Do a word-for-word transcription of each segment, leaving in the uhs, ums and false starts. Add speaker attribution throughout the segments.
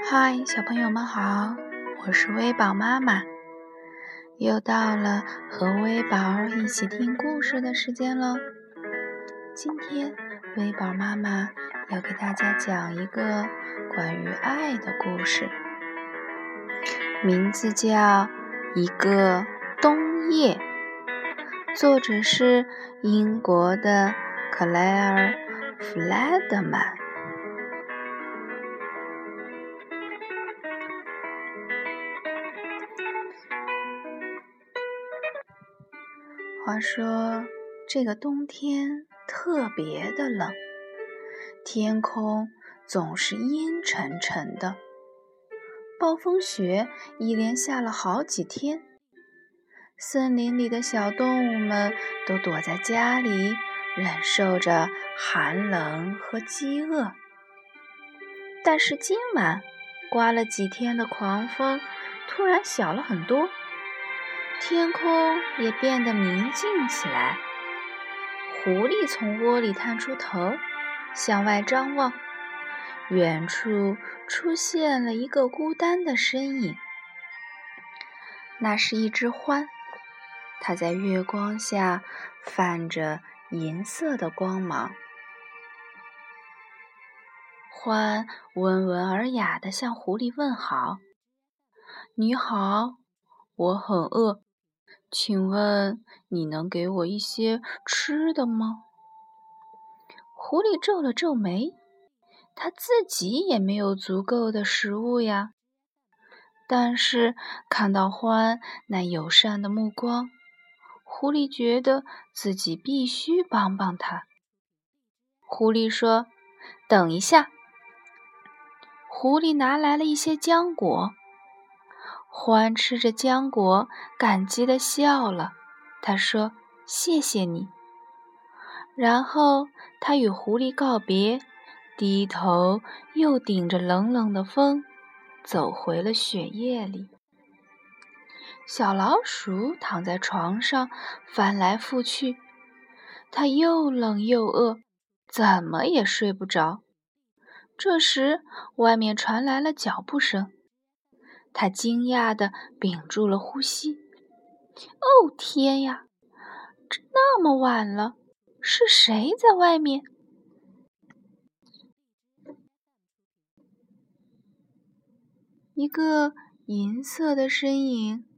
Speaker 1: 嗨，小朋友们好，我是微宝妈妈，又到了和微宝一起听故事的时间了。今天微宝妈妈要给大家讲一个关于爱的故事，名字叫《一个冬夜》，作者是英国的克莱尔·弗莱德曼。话说，这个冬天特别的冷，天空总是阴沉沉的，暴风雪一连下了好几天。森林里的小动物们都躲在家里，忍受着寒冷和饥饿。但是今晚刮了几天的狂风，突然小了很多。天空也变得明净起来，狐狸从窝里探出头，向外张望，远处出现了一个孤单的身影。那是一只獾，它在月光下泛着银色的光芒。獾温文尔雅地向狐狸问好：“你好，我很饿。请问你能给我一些吃的吗？”狐狸皱了皱眉，他自己也没有足够的食物呀。但是看到獾那友善的目光，狐狸觉得自己必须帮帮他。狐狸说：“等一下。”狐狸拿来了一些浆果。獾吃着浆果，感激地笑了。他说：“谢谢你。”然后他与狐狸告别，低头又顶着冷冷的风，走回了雪夜里。小老鼠躺在床上，翻来覆去，它又冷又饿，怎么也睡不着。这时，外面传来了脚步声。他惊讶地屏住了呼吸。哦，天呀！这那么晚了，是谁在外面？一个银色的身影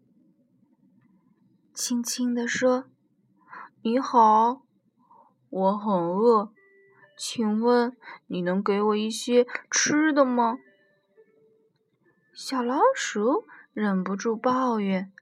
Speaker 1: 轻轻地说：“你好，我很饿，请问你能给我一些吃的吗？”小老鼠忍不住抱怨：“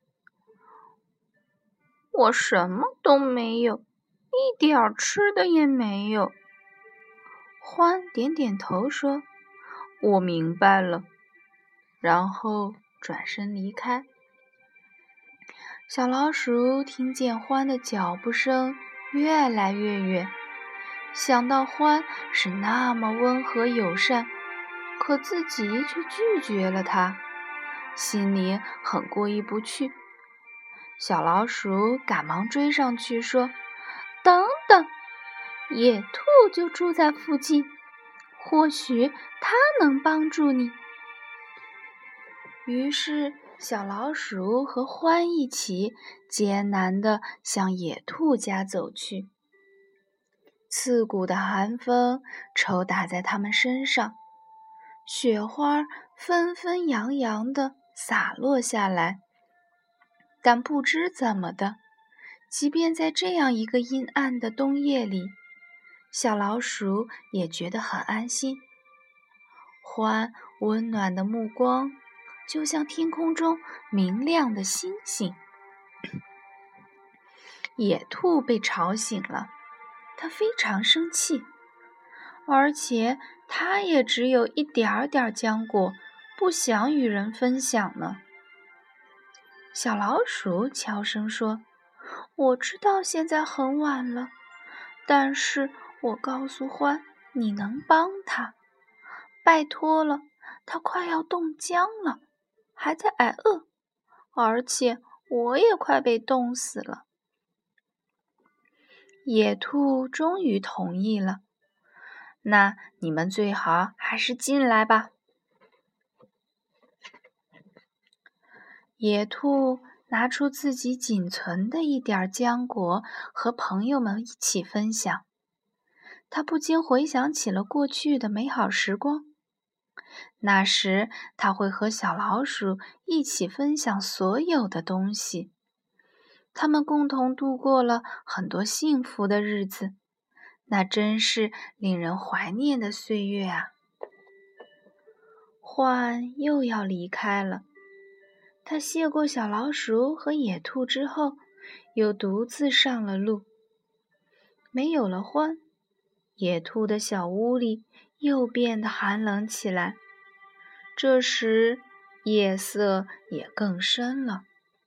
Speaker 1: 我什么都没有，一点吃的也没有。”獾点点头说：“我明白了。”然后转身离开。小老鼠听见獾的脚步声越来越远，想到獾是那么温和友善，可自己却拒绝了它，心里很过意不去。小老鼠赶忙追上去说：“等等，野兔就住在附近，或许它能帮助你。”于是小老鼠和獾一起艰难地向野兔家走去。刺骨的寒风抽打在它们身上，雪花纷纷扬扬地洒落下来。但不知怎么的，即便在这样一个阴暗的冬夜里，小老鼠也觉得很安心。獾温暖的目光就像天空中明亮的星星。野兔被吵醒了，它非常生气，而且它也只有一点点浆果，不想与人分享呢。小老鼠悄声说：“我知道现在很晚了，但是我告诉獾，你能帮他，拜托了，他快要冻僵了，还在挨饿，而且我也快被冻死了。”野兔终于同意了。“那你们最好还是进来吧。” 野兔拿出自己仅存的一点浆果，和朋友们一起分享。他不禁回想起了过去的美好时光。那时，他会和小老鼠一起分享所有的东西。他们共同度过了很多幸福的日子，那真是令人怀念的岁月啊！獾又要离开了。他谢过小老鼠和野兔之后，又独自上了路。没有了獾，野兔的小屋里又变得寒冷起来。这时，夜色也更深了。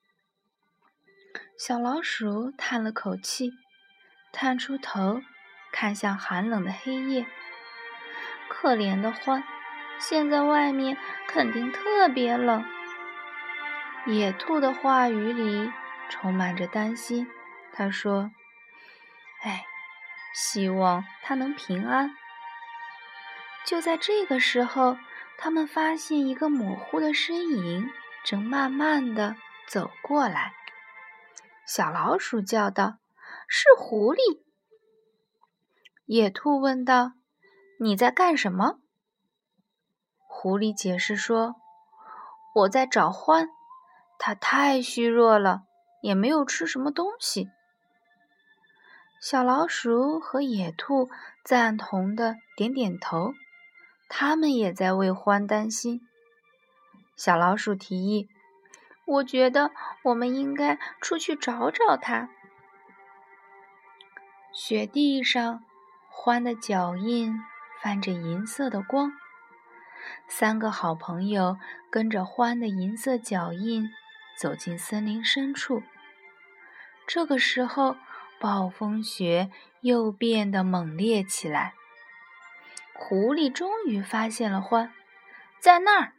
Speaker 1: 小老鼠叹了口气，探出头，看向寒冷的黑夜。可怜的獾，现在外面肯定特别冷。野兔的话语里充满着担心，他说：“哎，希望它能平安。”就在这个时候，他们发现一个模糊的身影正慢慢地走过来。小老鼠叫道：“是狐狸！”野兔问道：“你在干什么？”狐狸解释说：“我在找獾，它太虚弱了，也没有吃什么东西。”小老鼠和野兔赞同地点点头，他们也在为獾担心。小老鼠提议：“我觉得我们应该出去找找它。”雪地上，獾的脚印泛着银色的光。三个好朋友跟着獾的银色脚印走进森林深处。这个时候，暴风雪又变得猛烈起来。狐狸终于发现了獾，在那儿。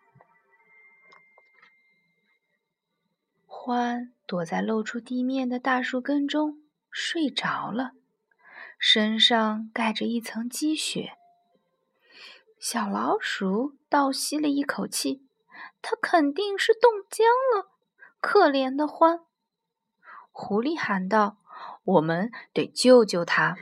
Speaker 1: 獾躲在露出地面的大树根中睡着了，身上盖着一层积雪。小老鼠倒吸了一口气，它肯定是冻僵了，可怜的獾。狐狸喊道：“我们得救救它！”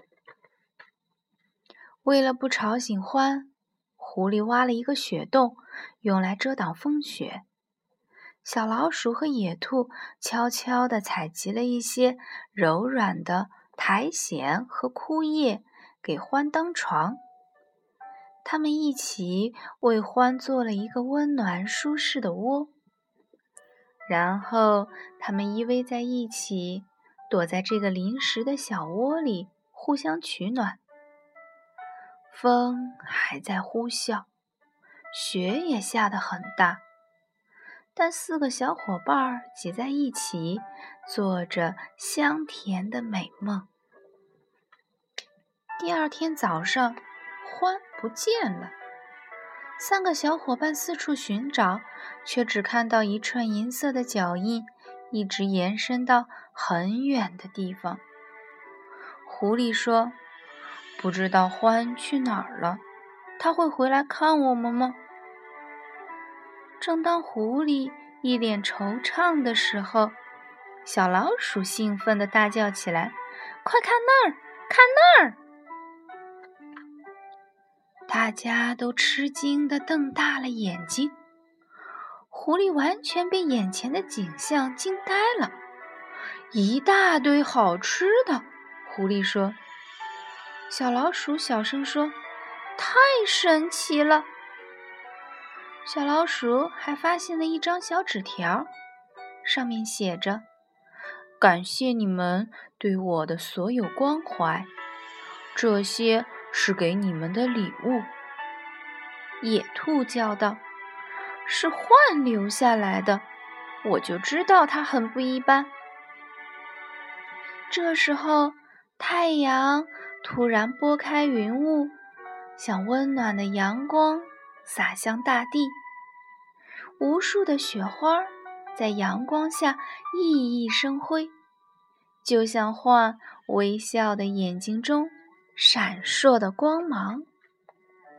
Speaker 1: 为了不吵醒獾，狐狸挖了一个雪洞，用来遮挡风雪。小老鼠和野兔悄悄地采集了一些柔软的苔藓和枯叶，给獾当床。他们一起为獾做了一个温暖舒适的窝，然后他们依偎在一起，躲在这个临时的小窝里，互相取暖。风还在呼啸，雪也下得很大，但四个小伙伴挤在一起，做着香甜的美梦。第二天早上，獾不见了。三个小伙伴四处寻找，却只看到一串银色的脚印，一直延伸到很远的地方。狐狸说：“不知道獾去哪儿了，他会回来看我们吗？”正当狐狸一脸惆怅的时候，小老鼠兴奋地大叫起来：“快看那儿，看那儿！”大家都吃惊地瞪大了眼睛。狐狸完全被眼前的景象惊呆了。一大堆好吃的，狐狸说。小老鼠小声说：“太神奇了！”小老鼠还发现了一张小纸条，上面写着：“感谢你们对我的所有关怀，这些是给你们的礼物。”野兔叫道：“是獾留下来的，我就知道它很不一般。”这时候，太阳突然拨开云雾，像温暖的阳光洒向大地。无数的雪花在阳光下熠熠生辉，就像獾微笑的眼睛中闪烁的光芒。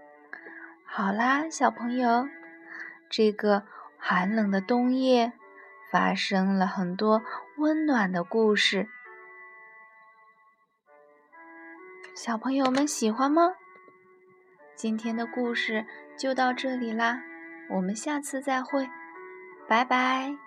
Speaker 1: 好啦，小朋友，这个寒冷的冬夜发生了很多温暖的故事。小朋友们喜欢吗？今天的故事就到这里啦，我们下次再会，拜拜。